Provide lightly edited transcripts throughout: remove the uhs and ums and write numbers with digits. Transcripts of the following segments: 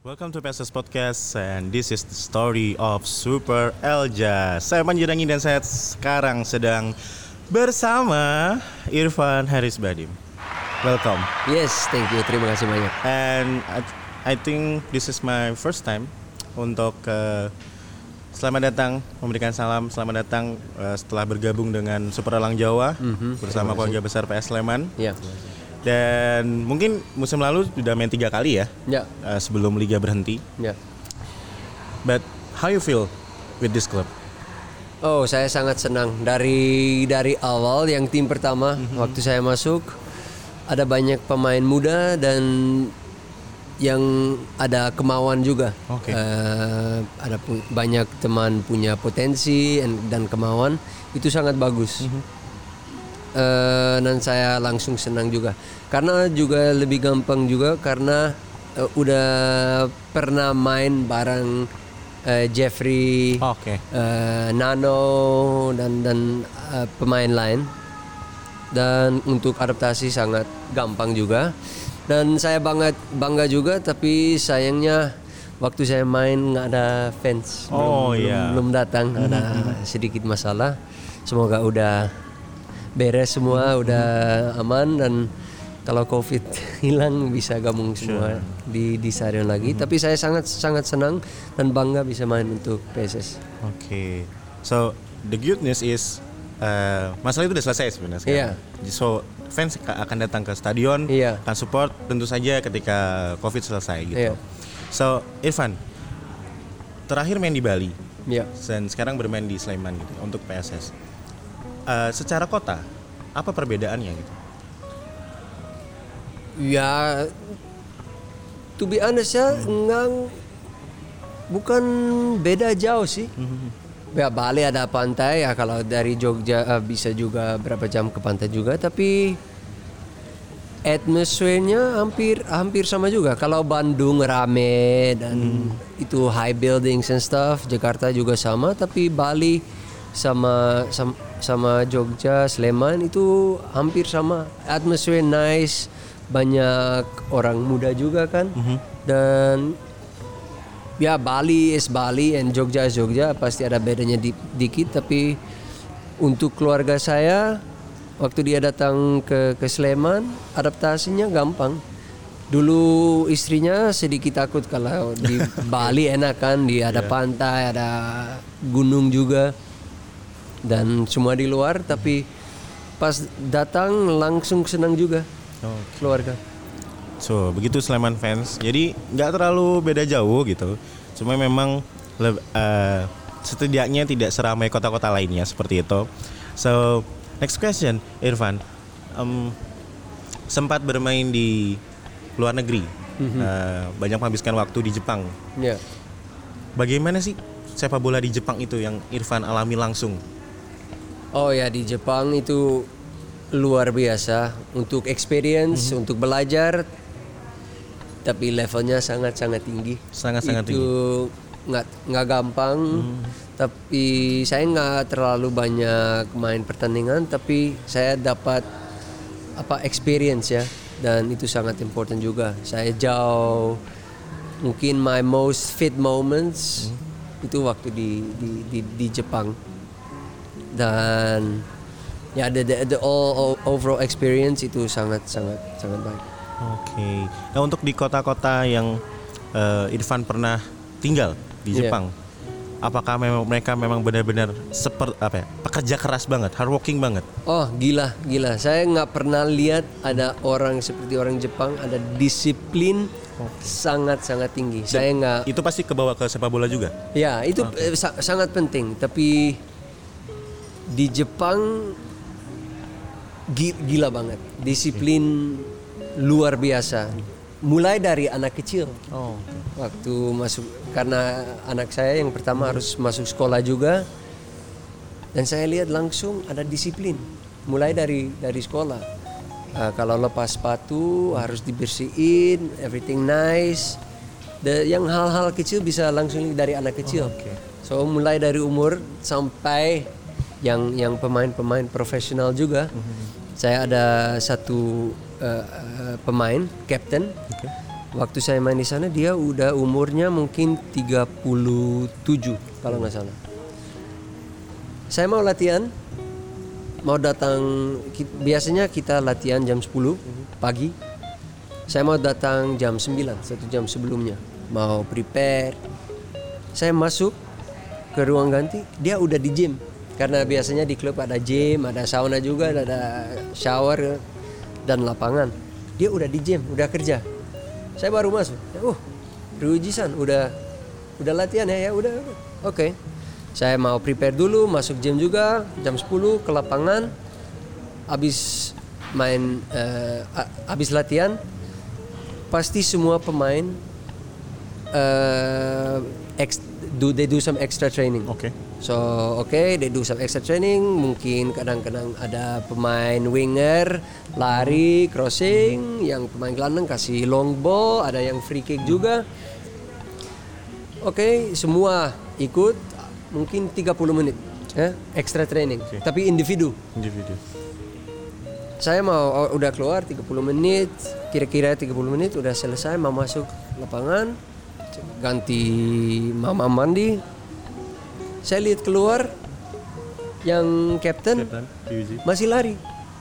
Welcome to PSS Podcast and this is the story of Super Elja. Saya Manjirangi dan saya sekarang sedang bersama Irfan Haris Badim. Welcome. Yes, thank you. Terima kasih banyak. And I think this is my first time untuk selamat datang, memberikan salam selamat datang setelah bergabung dengan Super Elang Jawa bersama keluarga besar PS Sleman. Ya. Dan mungkin musim lalu sudah main 3 kali ya, sebelum liga berhenti. Ya. But how you feel with this club? Oh, saya sangat senang dari awal yang tim pertama waktu saya masuk ada banyak pemain muda dan yang ada kemauan juga. Okay. Ada banyak teman punya potensi dan kemauan, itu sangat bagus. Dan saya langsung senang juga karena juga lebih gampang juga karena udah pernah main bareng Jeffrey, Nano dan pemain lain, dan untuk adaptasi sangat gampang juga. Dan saya bangga juga, tapi sayangnya waktu saya main nggak ada fans, belum datang, ada sedikit masalah. Semoga udah beres semua, udah aman, dan kalau COVID hilang bisa gabung semua di stadion lagi. Tapi saya sangat senang dan bangga bisa main untuk PSS. Okay. So the good news is masalah itu udah selesai sebenarnya sekarang. So fans akan datang ke stadion, akan support tentu saja ketika COVID selesai gitu. So Irfan, terakhir main di Bali, dan sekarang bermain di Sleman gitu untuk PSS. Secara kota, apa perbedaannya gitu? Ya, to be honest ya, bukan beda jauh sih. Ya, Bali ada pantai ya, kalau dari Jogja bisa juga berapa jam ke pantai juga, tapi atmosfernya hampir sama juga. Kalau Bandung rame dan itu high buildings and stuff, Jakarta juga sama, tapi Bali sama Jogja, Sleman itu hampir sama. Atmosfer nice, banyak orang muda juga kan. Dan ya Bali is Bali and Jogja is Jogja, pasti ada bedanya dikit. Tapi untuk keluarga saya, waktu dia datang ke Sleman, adaptasinya gampang. Dulu istrinya sedikit takut kalau di Bali enak kan, ada pantai, ada gunung juga, dan semua di luar. Tapi pas datang langsung senang juga keluarga. So begitu Sleman fans, jadi nggak terlalu beda jauh gitu. Cuma memang setidaknya tidak seramai kota-kota lainnya seperti itu. So next question, Irfan, sempat bermain di luar negeri, banyak menghabiskan waktu di Jepang. Bagaimana sih sepak bola di Jepang itu yang Irfan alami langsung? Oh ya, di Jepang itu luar biasa untuk experience, untuk belajar, tapi levelnya sangat-sangat tinggi. Sangat-sangat tinggi. Itu nggak gampang. Tapi saya nggak terlalu banyak main pertandingan, tapi saya dapat experience ya, dan itu sangat important juga. Saya mungkin my most fit moments itu waktu di Jepang. Dan ya the overall experience itu sangat baik. Okay. Nah, untuk di kota-kota yang Irfan pernah tinggal di Jepang, apakah mereka memang benar-benar pekerja keras banget, hardworking banget? Oh, gila. Saya nggak pernah lihat ada orang seperti orang Jepang, ada disiplin sangat tinggi. Saya nggak. Itu pasti kebawa ke sepak bola juga? Ya, itu sangat penting. Tapi di Jepang gila banget, disiplin luar biasa. Mulai dari anak kecil. Waktu masuk, karena anak saya yang pertama harus masuk sekolah juga, dan saya lihat langsung ada disiplin. Mulai dari sekolah. Kalau lepas sepatu harus dibersihin, everything nice. Yang hal-hal kecil bisa langsung dari anak kecil. So mulai dari umur sampai yang pemain profesional juga. Saya ada satu pemain, captain. Waktu saya main di sana dia udah umurnya mungkin 37 kalau nggak salah. Saya mau latihan, mau datang, biasanya kita latihan jam 10 pagi. Saya mau datang jam 9, 1 jam sebelumnya. Mau prepare. Saya masuk ke ruang ganti, dia udah di gym. Karena biasanya di klub ada gym, ada sauna juga, ada shower dan lapangan. Dia udah di gym, udah kerja. Saya baru masuk. Ryuji-san udah latihan ya udah. Oke. Saya mau prepare dulu, masuk gym juga jam 10 ke lapangan. Habis main habis latihan pasti semua pemain they do some extra training. Oke. So they do some extra training. Mungkin kadang-kadang ada pemain winger lari, crossing, yang pemain gelandang kasih long ball, ada yang free kick juga. Semua ikut mungkin 30 menit extra training. Tapi individu. Saya mau udah keluar 30 menit, kira-kira 30 menit udah selesai, mau masuk lapangan, ganti mama mandi. Saya lihat keluar yang kapten masih lari.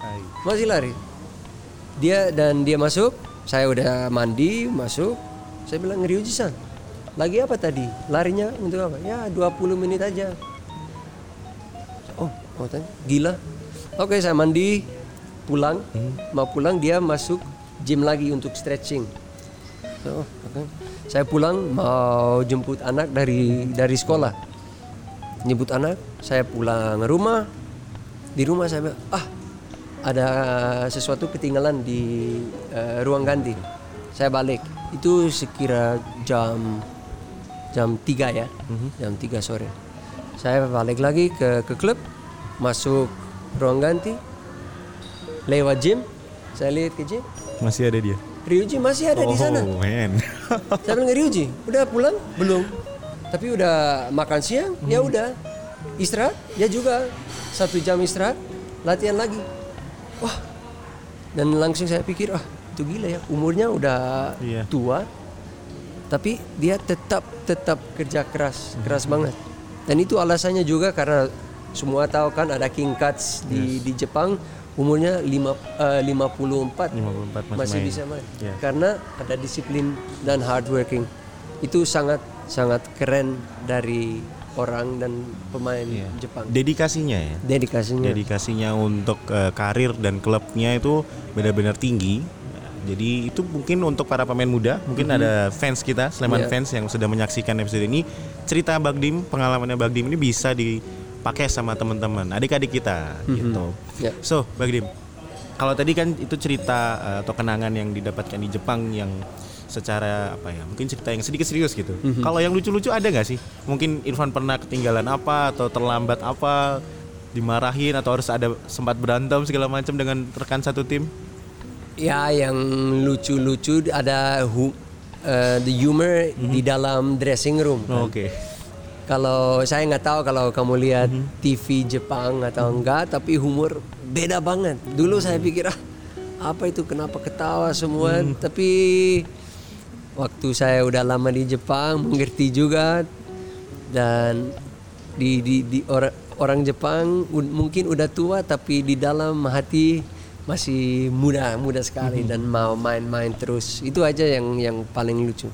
Dia masuk, saya udah mandi masuk. Saya bilang, Ryuji-san, lagi apa tadi? Larinya untuk apa? Ya 20 menit aja. Gila. Oke, saya mandi, pulang. Mau pulang, dia masuk gym lagi untuk stretching. Saya pulang mau jemput anak dari sekolah. Nyebut anak, saya pulang rumah. Di rumah saya bilang, ada sesuatu ketinggalan di ruang ganti. Saya balik. Itu sekira jam 3 ya. Jam 3 sore. Saya balik lagi ke klub, masuk ruang ganti, lewat gym. Saya lihat ke gym. Masih ada dia. Ryuji masih ada di sana. Saya bilang, Ryuji, udah pulang? Belum. Tapi udah makan siang, ya udah istirahat, ya juga 1 jam istirahat, latihan lagi. Dan langsung saya pikir, itu gila ya, umurnya udah tua, tapi dia tetap kerja keras banget. Dan itu alasannya juga karena semua tahu kan ada King Cuts di Jepang, umurnya 54 masih bisa main. Karena ada disiplin dan hard working. Itu sangat keren dari orang dan pemain Jepang. Dedikasinya untuk karir dan klubnya itu benar-benar tinggi. Jadi itu mungkin untuk para pemain muda, mungkin ada fans kita, Sleman fans yang sudah menyaksikan episode ini, cerita Bagdim, pengalamannya Bagdim ini bisa dipakai sama teman-teman, adik-adik kita gitu. So, Bagdim, kalau tadi kan itu cerita atau kenangan yang didapatkan di Jepang yang secara mungkin cerita yang sedikit serius gitu. Kalau yang lucu-lucu ada nggak sih? Mungkin Irfan pernah ketinggalan apa atau terlambat apa, dimarahin atau harus ada sempat berantem segala macam dengan rekan satu tim? Ya, yang lucu-lucu ada the humor di dalam dressing room. Kan? Kalau saya nggak tahu kalau kamu lihat TV Jepang atau enggak, tapi humor beda banget. Dulu saya pikir apa itu, kenapa ketawa semua? Tapi waktu saya udah lama di Jepang mengerti juga, dan di orang Jepang mungkin udah tua tapi di dalam hati masih muda sekali dan mau main-main terus. Itu aja yang paling lucu.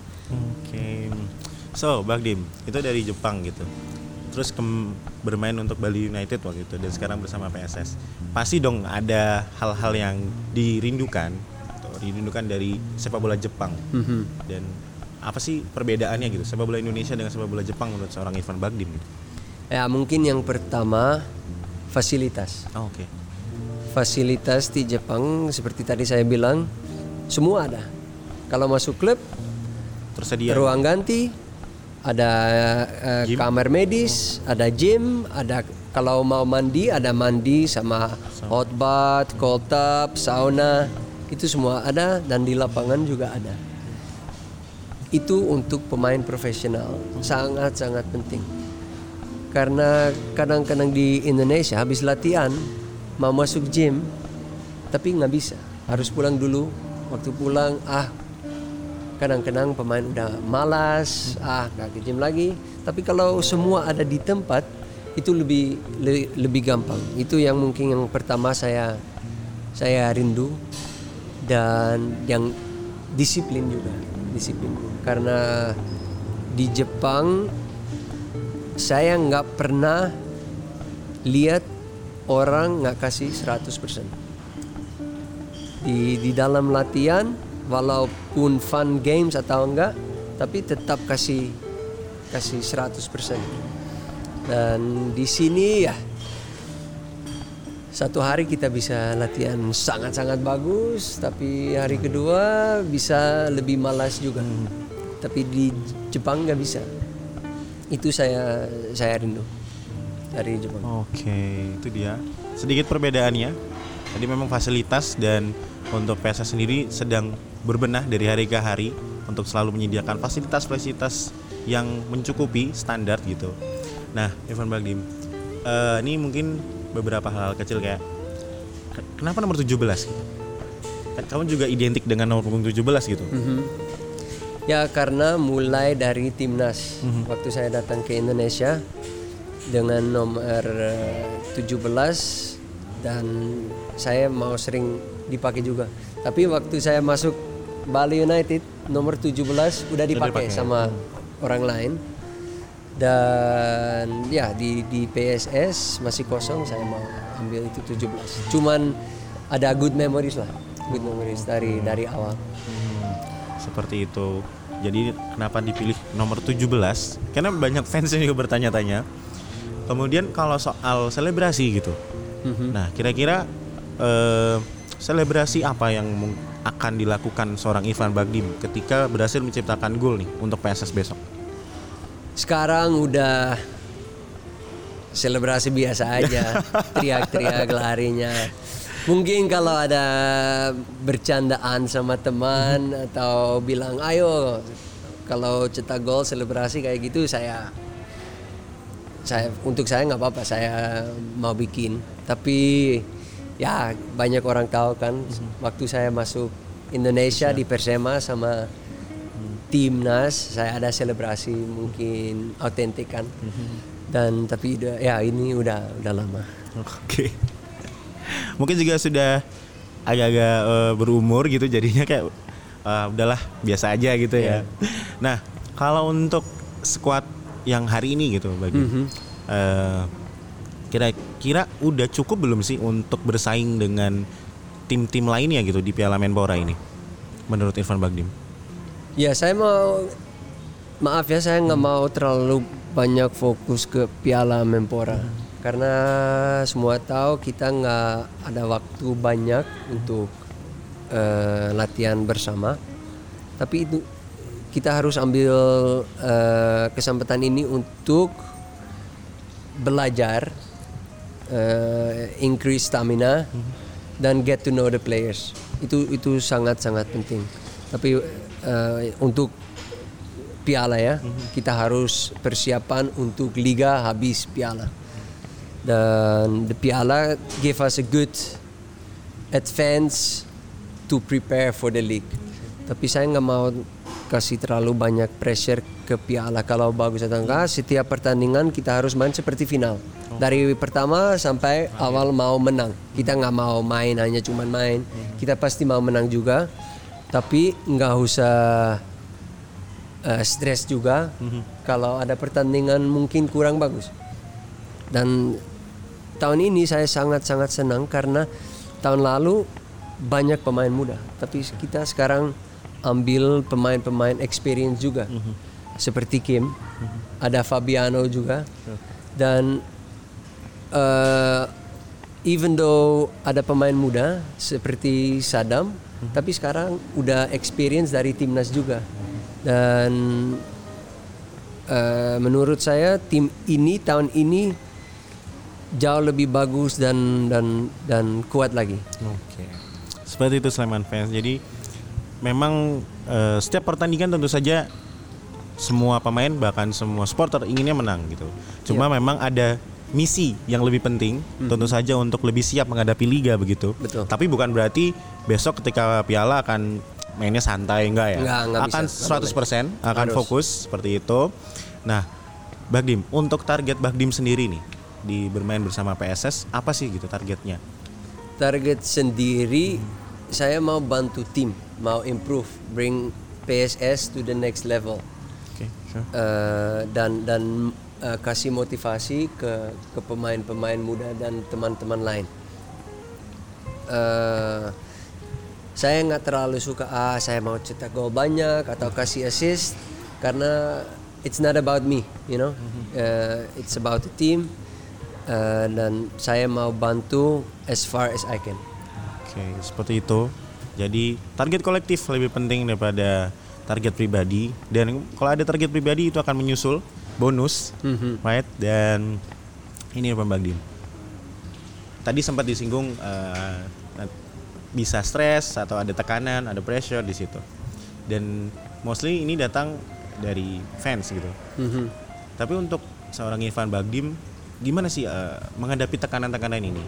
So, Bagdim, itu dari Jepang gitu. Terus bermain untuk Bali United waktu itu dan sekarang bersama PSS. Pasti dong ada hal-hal yang dirindukan dari sepak bola Jepang. Dan apa sih perbedaannya gitu sepak bola Indonesia dengan sepak bola Jepang menurut seorang Irfan Bagdim? Ya, mungkin yang pertama fasilitas. Fasilitas di Jepang seperti tadi saya bilang semua ada. Kalau masuk klub tersedia ruang ganti, ada kamar medis, ada gym, ada kalau mau mandi ada mandi sama hot bath, cold tub, sauna, itu semua ada, dan di lapangan juga ada. Itu untuk pemain profesional sangat-sangat penting. Karena kadang-kadang di Indonesia habis latihan mau masuk gym tapi nggak bisa, harus pulang dulu. Waktu pulang kadang-kadang pemain udah malas, nggak ke gym lagi. Tapi kalau semua ada di tempat, itu lebih gampang. Itu yang mungkin yang pertama saya rindu, dan yang disiplin juga. Karena di Jepang saya nggak pernah lihat orang nggak kasih 100%. Di dalam latihan, walaupun fun games atau enggak, tapi tetap kasih 100%. Dan di sini ya, satu hari kita bisa latihan sangat-sangat bagus, tapi hari kedua bisa lebih malas juga. Tapi di Jepang nggak bisa. Itu saya rindu dari Jepang. Oke, itu dia sedikit perbedaannya. Jadi memang fasilitas, dan untuk PSS sendiri sedang berbenah dari hari ke hari untuk selalu menyediakan fasilitas yang mencukupi standar gitu. Nah, Irfan Bagdim, ini mungkin beberapa hal kecil kayak kenapa nomor 17 gitu? Kamu juga identik dengan nomor punggung 17 gitu. Ya, karena mulai dari timnas. Waktu saya datang ke Indonesia dengan nomor 17, dan saya mau sering dipakai juga. Tapi waktu saya masuk Bali United, nomor 17 udah dipakai sama orang lain. Dan ya di PSS masih kosong, saya mau ambil itu 17. Cuman ada good memories dari awal. Seperti itu. Jadi kenapa dipilih nomor 17? Karena banyak fans yang juga bertanya-tanya. Kemudian kalau soal selebrasi gitu. Nah, kira-kira selebrasi apa yang akan dilakukan seorang Irfan Bagdim ketika berhasil menciptakan gol nih untuk PSS besok? Sekarang udah selebrasi biasa aja, teriak-teriak larinya. Mungkin kalau ada bercandaan sama teman atau bilang ayo kalau cetak gol selebrasi kayak gitu, saya untuk saya nggak apa-apa, saya mau bikin. Tapi ya banyak orang tahu kan, waktu saya masuk Indonesia di Persema sama timnas, saya ada selebrasi mungkin autentik kan. Dan tapi ini udah lama. Oke. Mungkin juga sudah agak-agak berumur gitu, jadinya kayak udahlah biasa aja gitu ya. Nah, kalau untuk skuad yang hari ini gitu kira-kira udah cukup belum sih untuk bersaing dengan tim-tim lainnya gitu di Piala Menpora ini menurut Irfan Bagdim? Ya, saya nggak mau terlalu banyak fokus ke Piala Menpora. Karena semua tahu kita nggak ada waktu banyak untuk latihan bersama. Tapi itu kita harus ambil kesempatan ini untuk belajar, increase stamina, dan get to know the players. Itu sangat-sangat penting. Tapi untuk Piala ya, kita harus persiapan untuk Liga habis Piala. Dan the Piala give us a good advance to prepare for the league. Tapi saya nggak mau kasih terlalu banyak pressure ke Piala. Kalau bagus atau enggak, setiap pertandingan kita harus main seperti final. Dari pertama sampai awal mau menang. Kita nggak mau main hanya cuman main. Kita pasti mau menang juga. Tapi nggak usah stres juga. Kalau ada pertandingan mungkin kurang bagus. Dan tahun ini saya sangat-sangat senang karena tahun lalu banyak pemain muda, tapi kita sekarang ambil pemain-pemain experience juga, seperti Kim, ada Fabiano juga, dan even though ada pemain muda seperti Sadam, tapi sekarang udah experience dari timnas juga, dan menurut saya tim ini tahun ini jauh lebih bagus dan kuat lagi. Oke. Seperti itu Sleman fans. Jadi memang setiap pertandingan tentu saja semua pemain bahkan semua supporter inginnya menang gitu. Cuma memang ada misi yang lebih penting tentu saja untuk lebih siap menghadapi liga begitu. Betul. Tapi bukan berarti besok ketika Piala akan mainnya santai enggak ya? Enggak akan bisa. 100% akan fokus seperti itu. Nah, Bagdim, untuk target Bagdim sendiri nih di bermain bersama PSS apa sih gitu targetnya? Target sendiri saya mau bantu tim, mau improve, bring PSS to the next level. Okay, sure. Dan kasih motivasi ke pemain-pemain muda dan teman-teman lain. Saya nggak terlalu suka saya mau cetak gol banyak atau kasih assist karena it's not about me, you know. It's about the team. Dan saya mau bantu as far as I can. Oke, seperti itu. Jadi target kolektif lebih penting daripada target pribadi. Dan kalau ada target pribadi itu akan menyusul bonus, right? Dan ini Irfan Bagdim. Tadi sempat disinggung bisa stres atau ada tekanan, ada pressure di situ. Dan mostly ini datang dari fans gitu. Tapi untuk seorang Irfan Bagdim, gimana sih menghadapi tekanan-tekanan ini?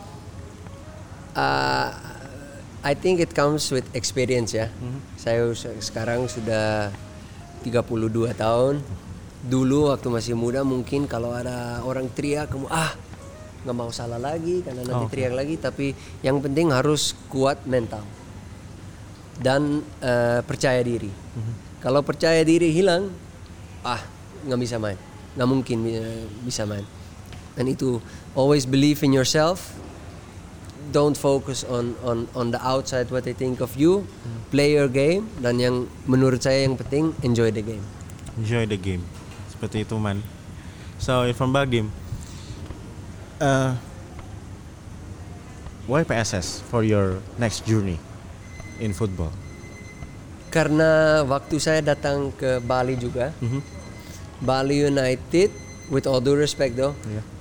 I think it comes with experience ya. Saya sekarang sudah 32 tahun. Dulu waktu masih muda mungkin kalau ada orang teriak kamu nggak mau salah lagi karena nanti teriak lagi. Tapi yang penting harus kuat mental dan percaya diri. Kalau percaya diri hilang, nggak bisa main, nggak mungkin bisa main. Dan itu always believe in yourself. Don't focus on the outside what they think of you. Play your game. Dan yang menurut saya yang penting enjoy the game. Enjoy the game. Seperti itu man. So Irfan Bagdim, why PSS for your next journey in football? Karena waktu saya datang ke Bali juga, Bali United, with all due respect though,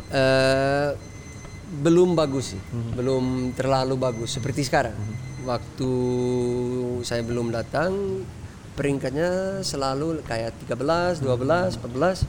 belum bagus sih, belum terlalu bagus seperti sekarang. Waktu saya belum datang, peringkatnya selalu kayak 13, 12, 14.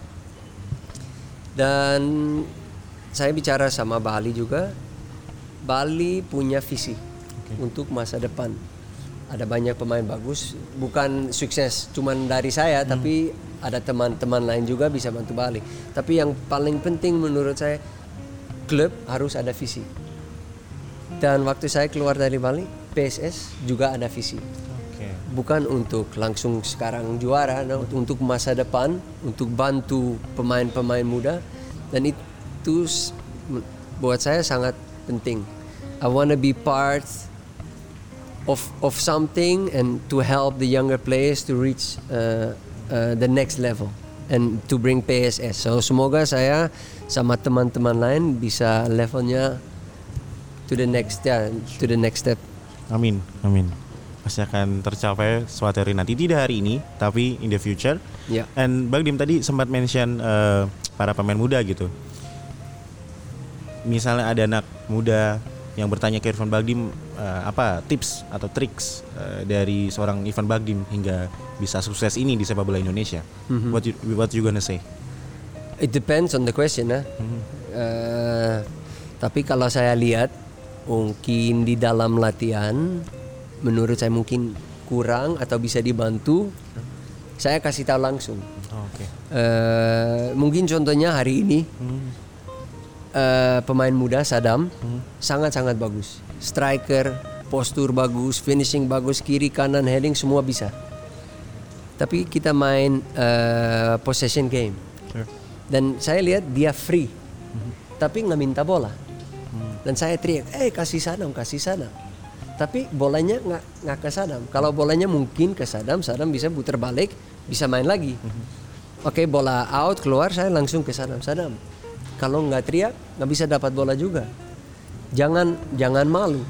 Dan saya bicara sama Bali juga, Bali punya visi untuk masa depan. Ada banyak pemain bagus, bukan sukses cuman dari saya, tapi ada teman-teman lain juga bisa bantu Bali. Tapi yang paling penting menurut saya, klub harus ada visi. Dan waktu saya keluar dari Bali, PSS juga ada visi. Bukan untuk langsung sekarang juara, untuk masa depan, untuk bantu pemain-pemain muda. Dan itu buat saya sangat penting. I wanna be part of something and to help the younger players to reach the next level and to bring PSS. So semoga saya sama teman-teman lain bisa levelnya to the next step. Amin. Pasti akan tercapai suatu hari nanti, tidak hari ini tapi in the future. And Bagdim tadi sempat mention para pemain muda gitu. Misalnya ada anak muda yang bertanya ke Irfan Bagdim, apa tips atau triks dari seorang Irfan Bagdim hingga bisa sukses ini di sepak bola Indonesia? What you gonna say? It depends on the question tapi kalau saya lihat mungkin di dalam latihan menurut saya mungkin kurang atau bisa dibantu, saya kasih tahu langsung. Mungkin contohnya hari ini pemain muda Sadam sangat-sangat bagus, striker, postur bagus, finishing bagus, kiri kanan heading semua bisa. Tapi kita main possession game. Dan saya lihat dia free, tapi nggak minta bola. Dan saya teriak, kasih Sadam. Tapi bolanya nggak ke Sadam. Kalau bolanya mungkin ke Sadam bisa putar balik, bisa main lagi. Oke, bola out keluar, saya langsung ke Sadam. Kalau nggak teriak, nggak bisa dapat bola juga. Jangan malu.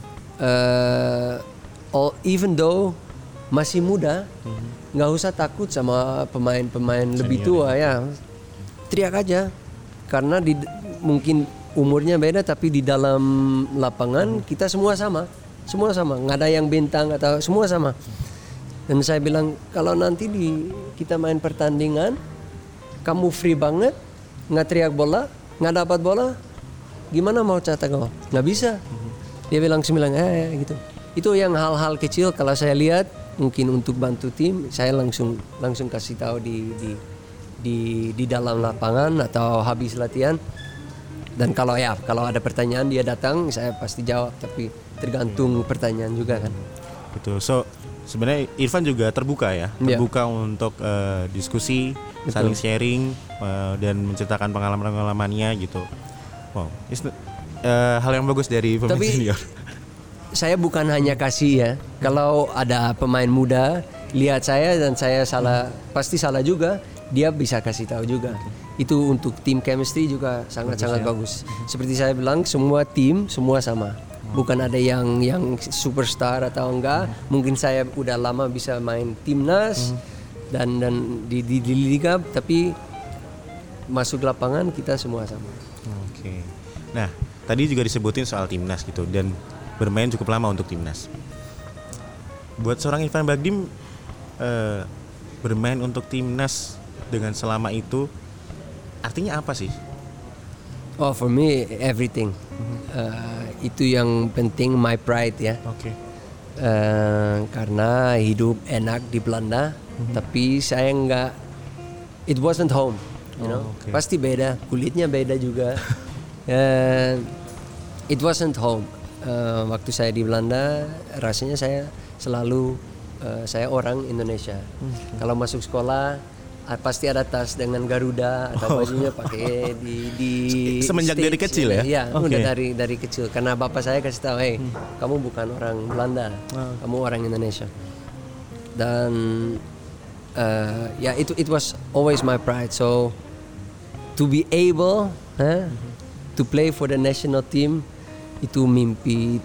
Even though masih muda, nggak usah takut sama pemain-pemain lebih tua ya. Teriak aja, karena mungkin umurnya beda tapi di dalam lapangan kita semua sama, nggak ada yang bintang atau semua sama. Dan saya bilang kalau nanti kita main pertandingan, kamu free banget, nggak teriak bola, nggak dapat bola, gimana mau cetak gol? Nggak bisa. Dia bilang gitu. Itu yang hal-hal kecil kalau saya lihat mungkin untuk bantu tim, saya langsung kasih tahu di dalam lapangan atau habis latihan. Dan kalau ada pertanyaan dia datang, saya pasti jawab, tapi tergantung pertanyaan juga kan. Gitu. So sebenarnya Irfan juga terbuka untuk diskusi, saling sharing dan menceritakan pengalaman-pengalamannya gitu. Wow, hal yang bagus dari pemain senior. Saya bukan hanya kasih ya. Kalau ada pemain muda lihat saya dan saya salah, pasti salah juga, dia bisa kasih tahu juga. Itu untuk tim chemistry juga sangat-sangat bagus. Seperti saya bilang, semua tim semua sama. Bukan ada yang superstar atau enggak. Mungkin saya udah lama bisa main timnas dan di liga, tapi masuk lapangan kita semua sama. Oke. Nah, tadi juga disebutin soal timnas gitu dan bermain cukup lama untuk timnas. Buat seorang Irfan Bagdim bermain untuk timnas dengan selama itu artinya apa sih? Oh, for me everything. Itu yang penting, my pride ya. Oke. Karena hidup enak di Belanda, tapi saya nggak. It wasn't home, you know. Okay. Pasti beda, kulitnya beda juga. It wasn't home. Waktu saya di Belanda, rasanya saya selalu saya orang Indonesia. Kalau masuk sekolah pasti ada tas dengan Garuda atau bajunya pakai di semenjak States, dari kecil ya? Iya, udah dari kecil. Karena bapak saya kasih tahu, kamu bukan orang Belanda, kamu orang Indonesia. Dan it was always my pride. So to be able to play for the national team, itu mimpi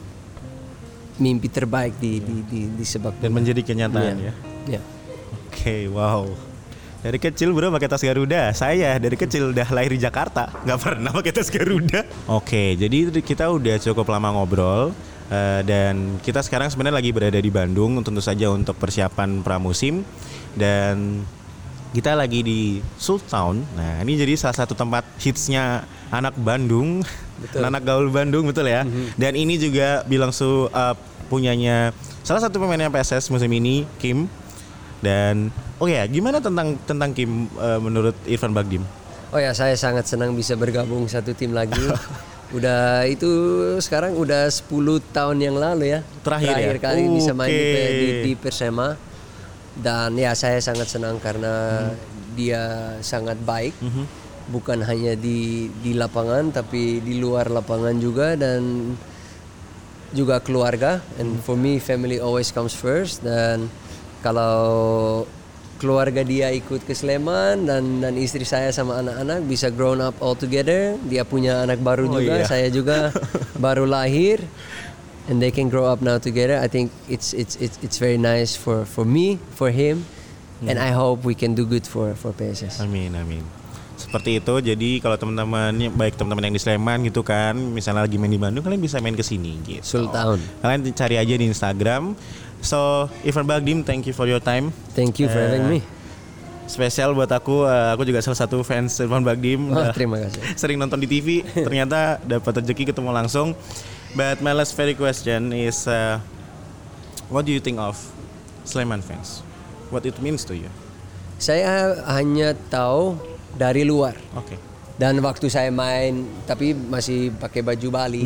terbaik di sepak bola. Dan menjadi kenyataan ya. Oke, wow. Dari kecil bro pakai tas Garuda. Saya dari kecil udah lahir di Jakarta, nggak pernah pakai tas Garuda. Oke, jadi kita udah cukup lama ngobrol dan kita sekarang sebenarnya lagi berada di Bandung, tentu saja untuk persiapan pramusim, dan kita lagi di Sultown. Nah, ini jadi salah satu tempat hitsnya anak Bandung, anak gaul Bandung, betul ya. Dan ini juga Bilangsu punyanya salah satu pemainnya PSS musim ini, Kim. Dan gimana tentang Kim menurut Irfan Bagdim? Oh ya, saya sangat senang bisa bergabung satu tim lagi. Udah itu sekarang udah 10 tahun yang lalu ya. Terakhir kali bisa main di Persema. Dan ya saya sangat senang karena dia sangat baik. Bukan hanya di lapangan tapi di luar lapangan juga, dan juga keluarga. And for me family always comes first. Dan kalau keluarga dia ikut ke Sleman dan istri saya sama anak-anak bisa grown up all together. Dia punya anak baru juga, saya juga baru lahir, and they can grow up now together. I think it's very nice for me, for him, and I hope we can do good for PSS. Amin. Seperti itu. Jadi kalau teman-teman, baik teman-teman yang di Sleman gitu kan, misalnya lagi main di Bandung, kalian bisa main ke sini gitu. Sultan. Kalian cari aja di Instagram. So, Irfan Bagdim, thank you for your time. Thank you for having me. Spesial buat aku juga salah satu fans Irfan Bagdim. Terima kasih. Sering nonton di TV, ternyata dapat rezeki ketemu langsung. But my last very question is, what do you think of Sleman fans? What it means to you? Saya hanya tahu dari luar. Oke. Dan waktu saya main, tapi masih pakai baju Bali.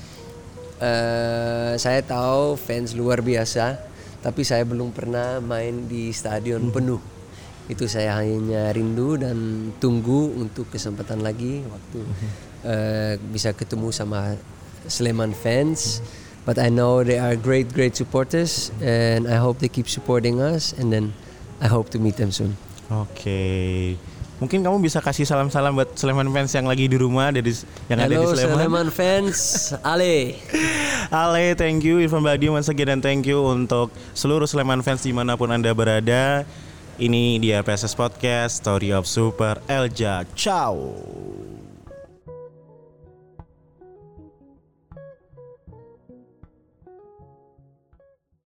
Saya tahu fans luar biasa, tapi saya belum pernah main di stadion penuh. Itu saya hanya rindu dan tunggu untuk kesempatan lagi waktu bisa ketemu sama Sleman fans. But I know they are great supporters, and I hope they keep supporting us, and then I hope to meet them soon. Oke. Mungkin kamu bisa kasih salam-salam buat Sleman fans yang lagi di rumah yang ada di Sleman. Halo Sleman fans, Ale, thank you Irfan Bagdim once again, dan thank you untuk seluruh Sleman fans dimanapun Anda berada. Ini dia PSS Podcast, Story of Super Elja. Ciao.